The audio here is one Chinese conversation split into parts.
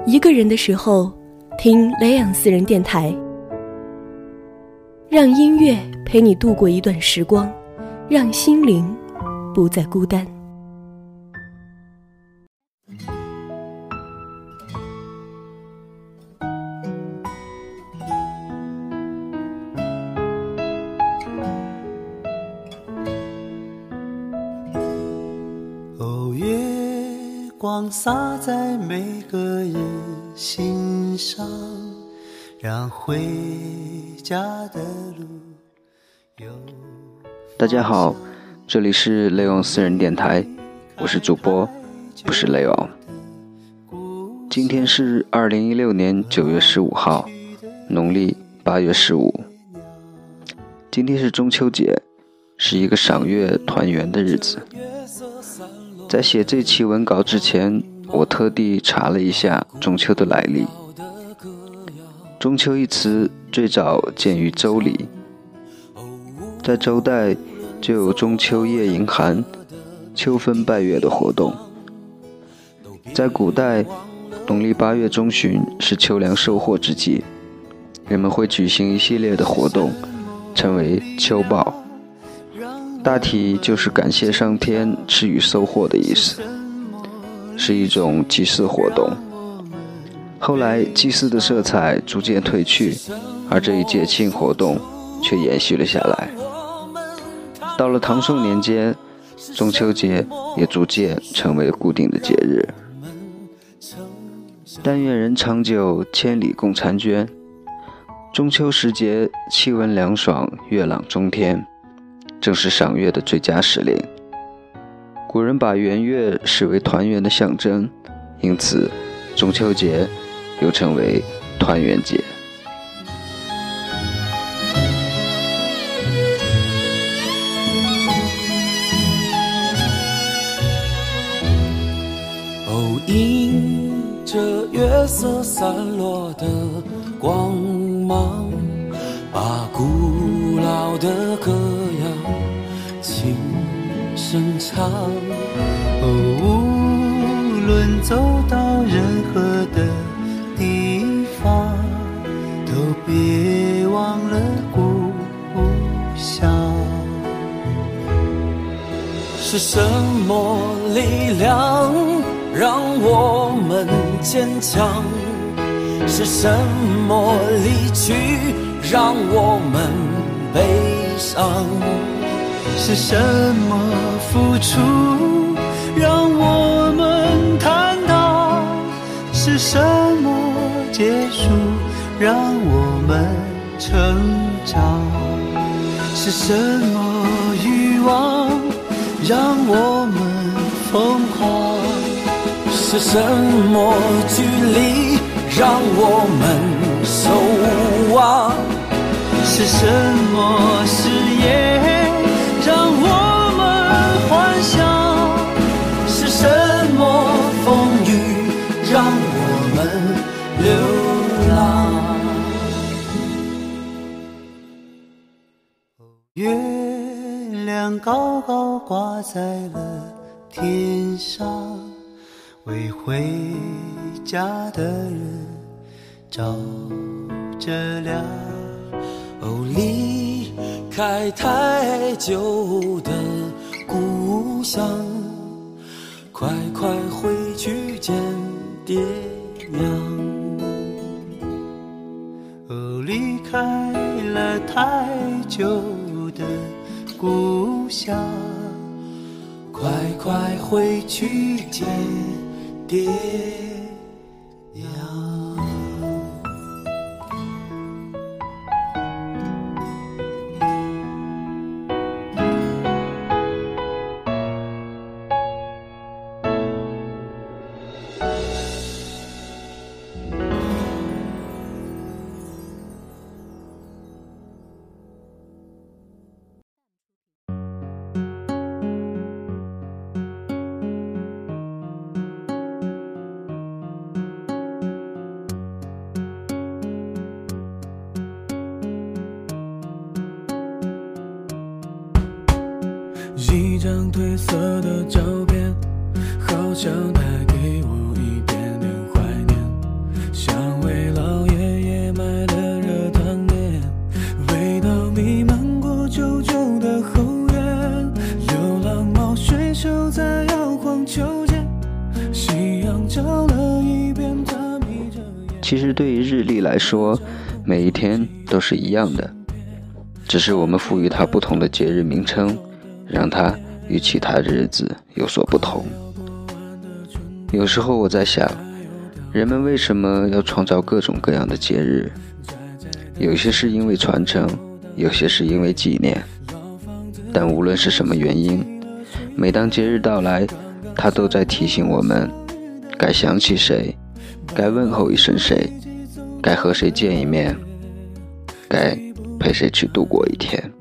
一个人的时候，听雷昂私人电台，让音乐陪你度过一段时光，让心灵不再孤单。 哦，月光洒在每个人心上，让回家的路有。 大家好，这里是雷昂私人电台，我是主播，不是雷昂。今天是2016年9月15号，农历8月15。今天是中秋节，是一个赏月团圆的日子。在写这期文稿之前，我特地查了一下中秋的来历。中秋一词最早见于周礼，在周代就有中秋夜迎寒、秋分拜月的活动。在古代，农历8月中旬是秋粮收获之际，人们会举行一系列的活动，称为秋报，大体就是感谢上天赐予收获的意思，是一种祭祀活动。后来祭祀的色彩逐渐褪去，而这一节庆活动却延续了下来。到了唐宋年间，中秋节也逐渐成为了固定的节日。但愿人长久，千里共婵娟。中秋时节，气温凉爽，月朗中天，正是赏月的最佳时令。古人把圆月视为团圆的象征，因此中秋节又称为团圆节。 哦，迎着月色散落的光芒，把古老的歌谣轻声唱。哦，无论走到任何的地方，都别忘了故乡。是什么力量让我们坚强？是什么离去让我们悲伤？是什么付出让我们坦荡？是什么结束让我们成长？是什么欲望让我们疯狂？是什么距离让我们守望？是什么誓言让我们幻想？是什么风雨让我们流浪？月亮高高挂在了天上，为回家的人照着亮。哦，离开太久的故乡，快快回去见爹娘。哦，离开了太久的故乡，快快回去见爹娘。 一张褪色的照片，好像带给我一点点怀念。 其实对于日历来说，每一天都是一样的，只是我们赋予它不同的节日名称，让它与其他日子有所不同。有时候我在想，人们为什么要创造各种各样的节日？有些是因为传承，有些是因为纪念。但无论是什么原因，每当节日到来，它都在提醒我们该想起谁，该问候一声谁，该和谁见一面，该陪谁去度过一天。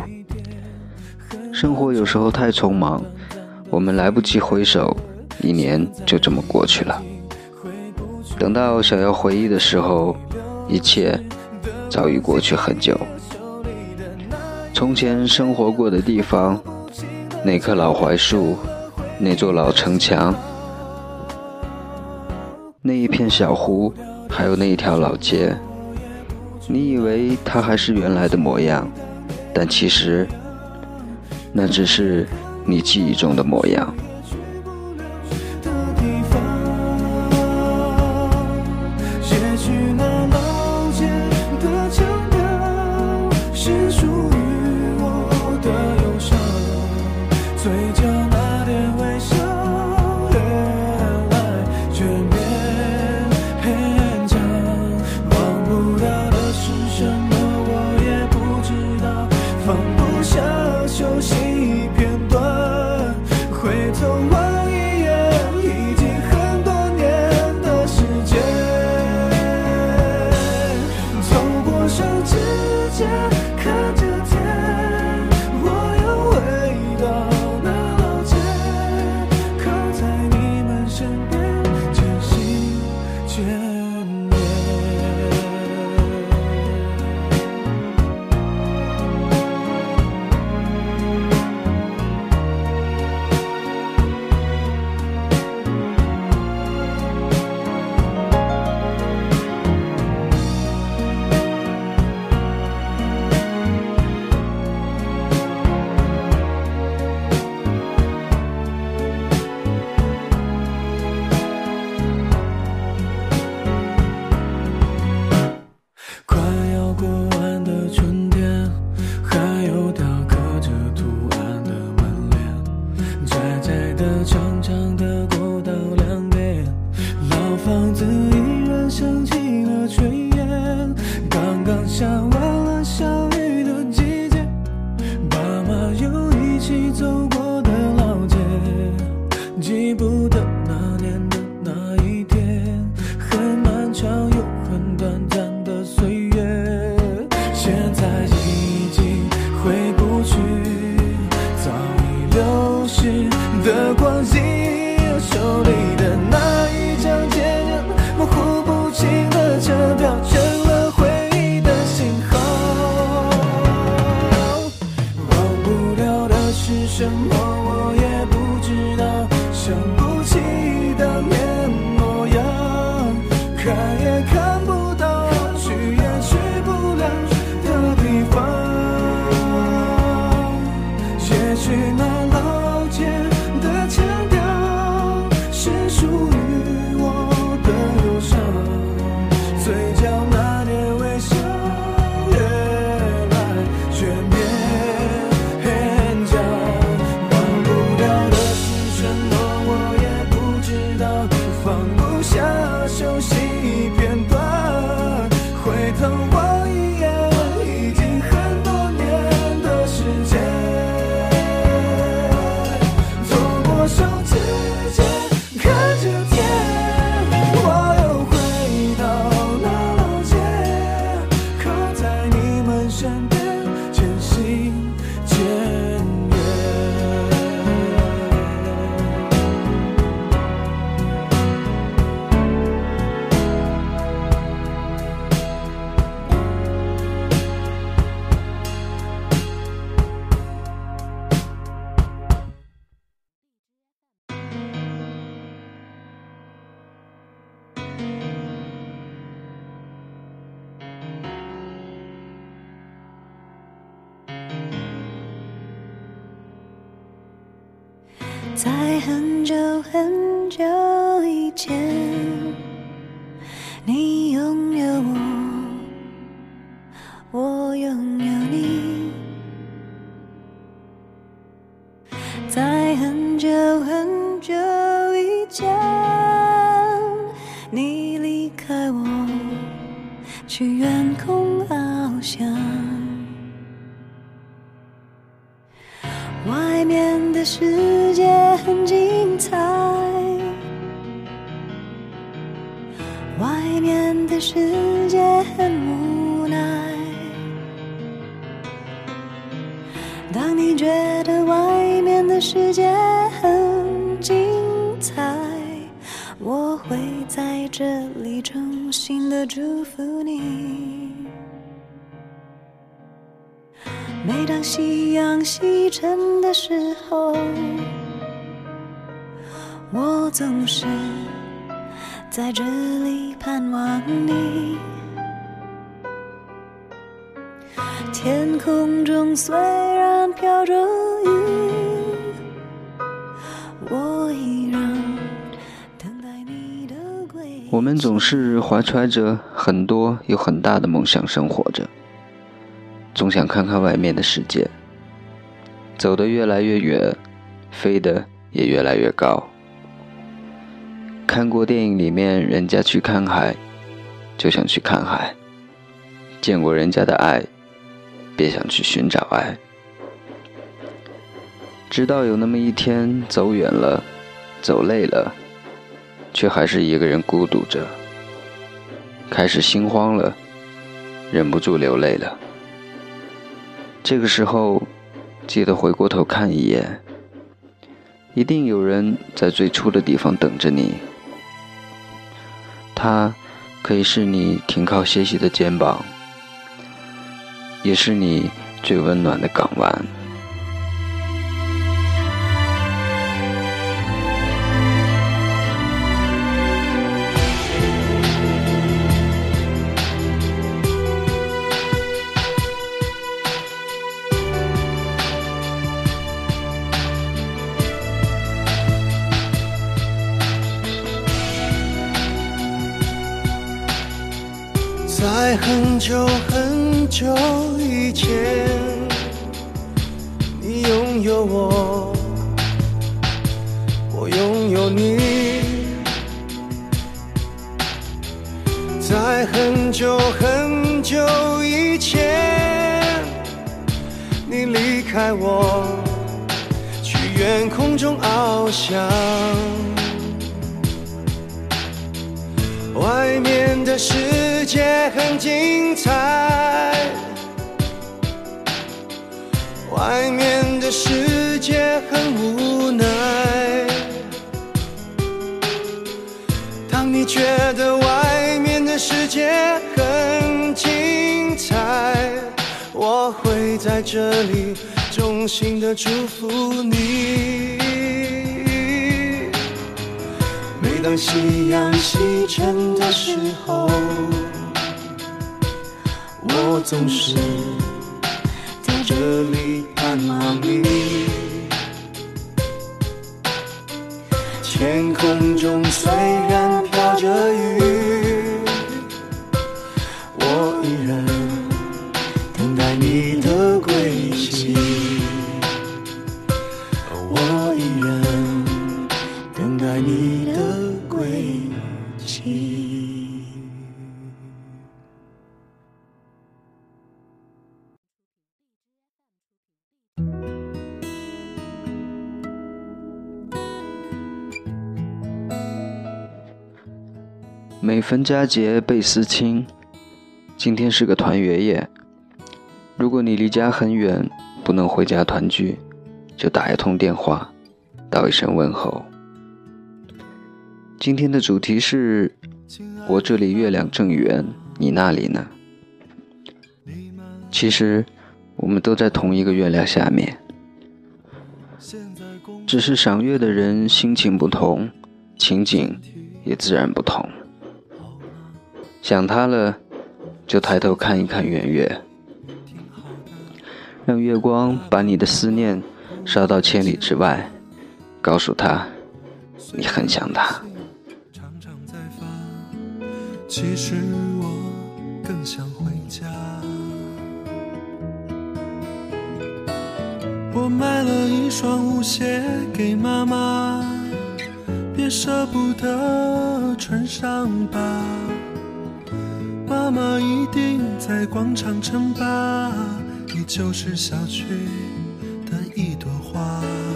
生活有时候太匆忙，我们来不及回首，一年就这么过去了。等到想要回忆的时候，一切早已过去很久。从前生活过的地方，那棵老槐树，那座老城墙，那一片小湖，还有那一条老街，你以为它还是原来的模样，但其实那只是你记忆中的模样。 在很久很久以前，你用开我去远空翱翔，外面的世界很精彩，外面的世界很无奈。当你觉得外面的世界很精彩，我会在这里衷心的祝福你。每当夕阳西沉的时候，我总是在这里盼望你。天空中虽然飘着雨，我依然等待你的归。 我们总是怀揣着很多又很大的梦想生活着，总想看看外面的世界，走得越来越远，飞得也越来越高。看过电影里面人家去看海，就想去看海；见过人家的爱，别想去寻找爱。直到有那么一天走远了，走累了，却还是一个人孤独着，开始心慌了，忍不住流泪了。这个时候记得回过头看一眼，一定有人在最初的地方等着你。他可以是你停靠歇息的肩膀，也是你最温暖的港湾。 在很久很久以前，你拥有我，我拥有你。在很久很久以前，你离开我，去远空中翱翔。外面的世界很精彩，外面的世界很无奈。当你觉得外面的世界很精彩，我会在这里衷心的祝福你。每当夕阳西沉的时候，我总是在这里盼望你。天空中虽然飘着雨，我依然等待你的归期。我依然等待你的归期。 每逢佳节倍思亲，今天是个团圆夜。如果你离家很远，不能回家团聚，就打一通电话，道一声问候。今天的主题是我这里月亮正圆，你那里呢？其实我们都在同一个月亮下面，只是赏月的人心情不同，情景也自然不同。想他了，就抬头看一看圆月，让月光把你的思念烧到千里之外，告诉他你很想他。 其实我更想回家。我买了一双舞鞋给妈妈，别舍不得穿上吧。 爸妈一定在广场称霸，你就是小区的一朵花。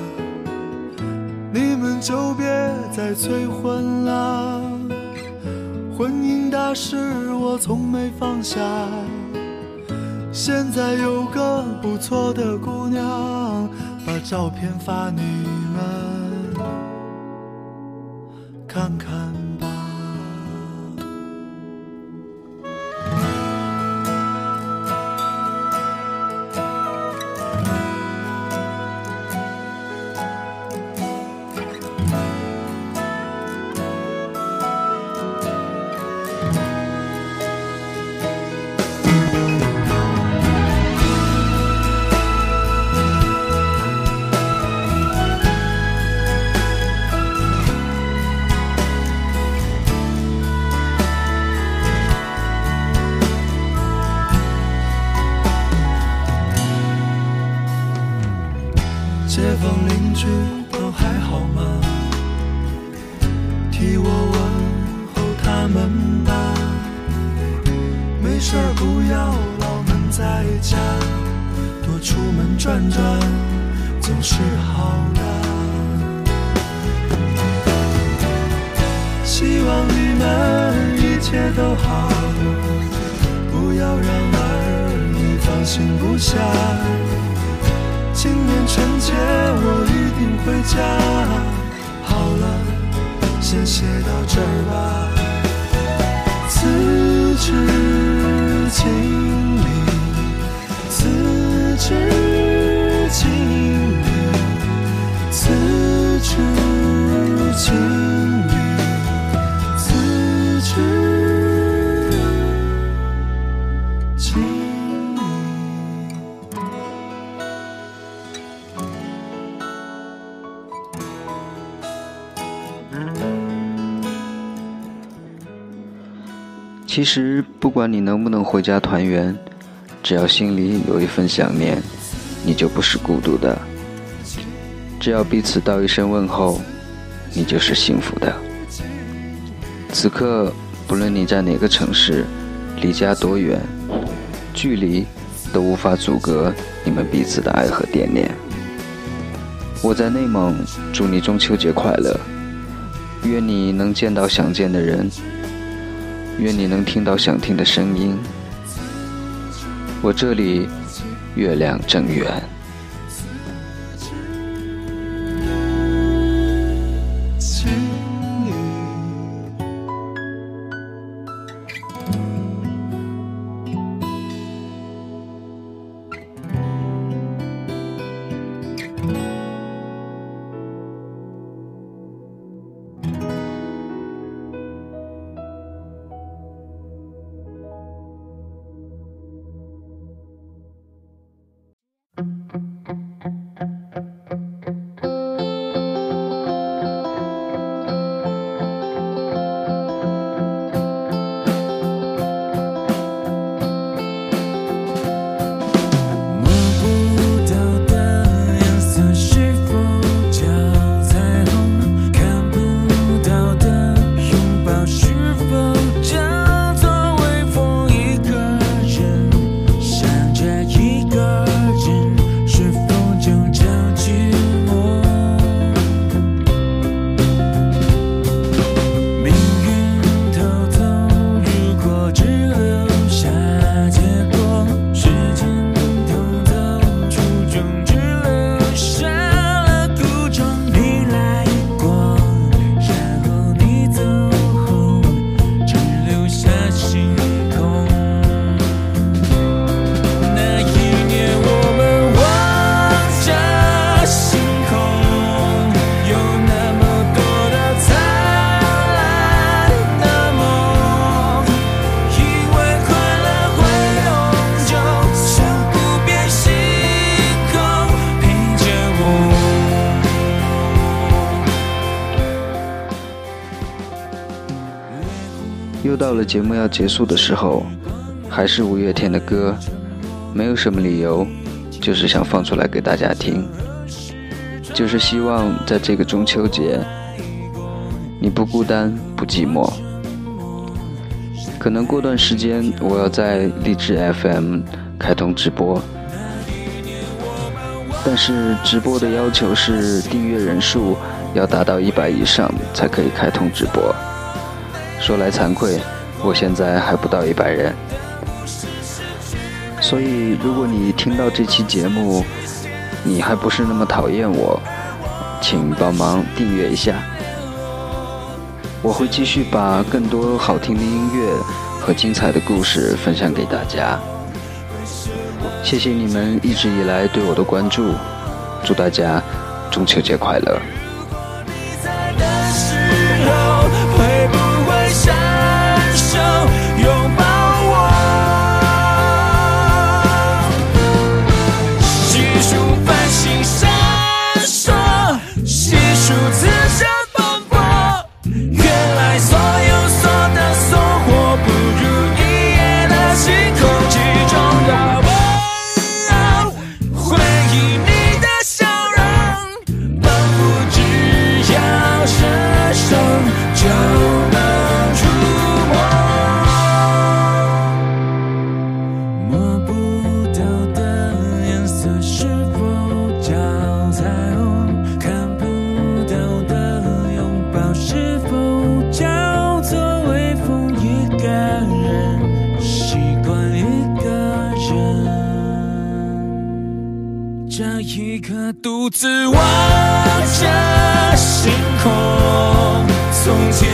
你们就别再催婚了，婚姻大事我从没放下。现在有个不错的姑娘，把照片发你们看看吧。街坊邻居都还好吗？替我问候他们吧。没事儿不要老闷在家，多出门转转总是好的。希望你们一切都好，不要让儿女放心不下。今年春节我一定回家。好了，先写到这儿吧。此致敬你，此致敬你，此致敬你，此致敬你。 其实不管你能不能回家团圆，只要心里有一份想念，你就不是孤独的。只要彼此道一声问候，你就是幸福的。此刻不论你在哪个城市，离家多远，距离都无法阻隔你们彼此的爱和惦念。我在内蒙，祝你中秋节快乐，愿你能见到想见的人，愿你能听到想听的声音。我这里月亮正圆。又到了节目要结束的时候，还是五月天的歌，没有什么理由，就是想放出来给大家听，就是希望在这个中秋节，你不孤单不寂寞。 可能过段时间我要在荔枝 FM 开通直播，但是直播的要求是订阅人数要达到100以上才可以开通直播。说来惭愧，我现在还不到100人，所以如果你听到这期节目，你还不是那么讨厌我，请帮忙订阅一下。我会继续把更多好听的音乐和精彩的故事分享给大家。谢谢你们一直以来对我的关注，祝大家中秋节快乐。 会不会伸手拥抱我？细数繁星闪烁，细数此生奔波。原来所有所得所获，不如一夜的星空之中的温柔。回忆你的笑容，仿佛只要伸手就能触摸，摸不到的颜色是否叫彩虹？看不到的拥抱是否叫做微风？一个人习惯一个人，这一刻独自望着星空。从前